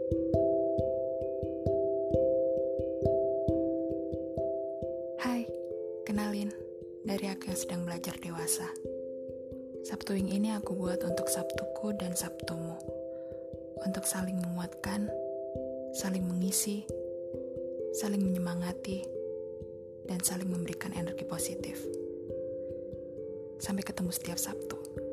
Hai, kenalin, dari aku yang sedang belajar dewasa. Sabtuing ini aku buat untuk Sabtuku dan Sabtumu, untuk saling menguatkan, saling mengisi, saling menyemangati, dan saling memberikan energi positif. Sampai ketemu setiap Sabtu.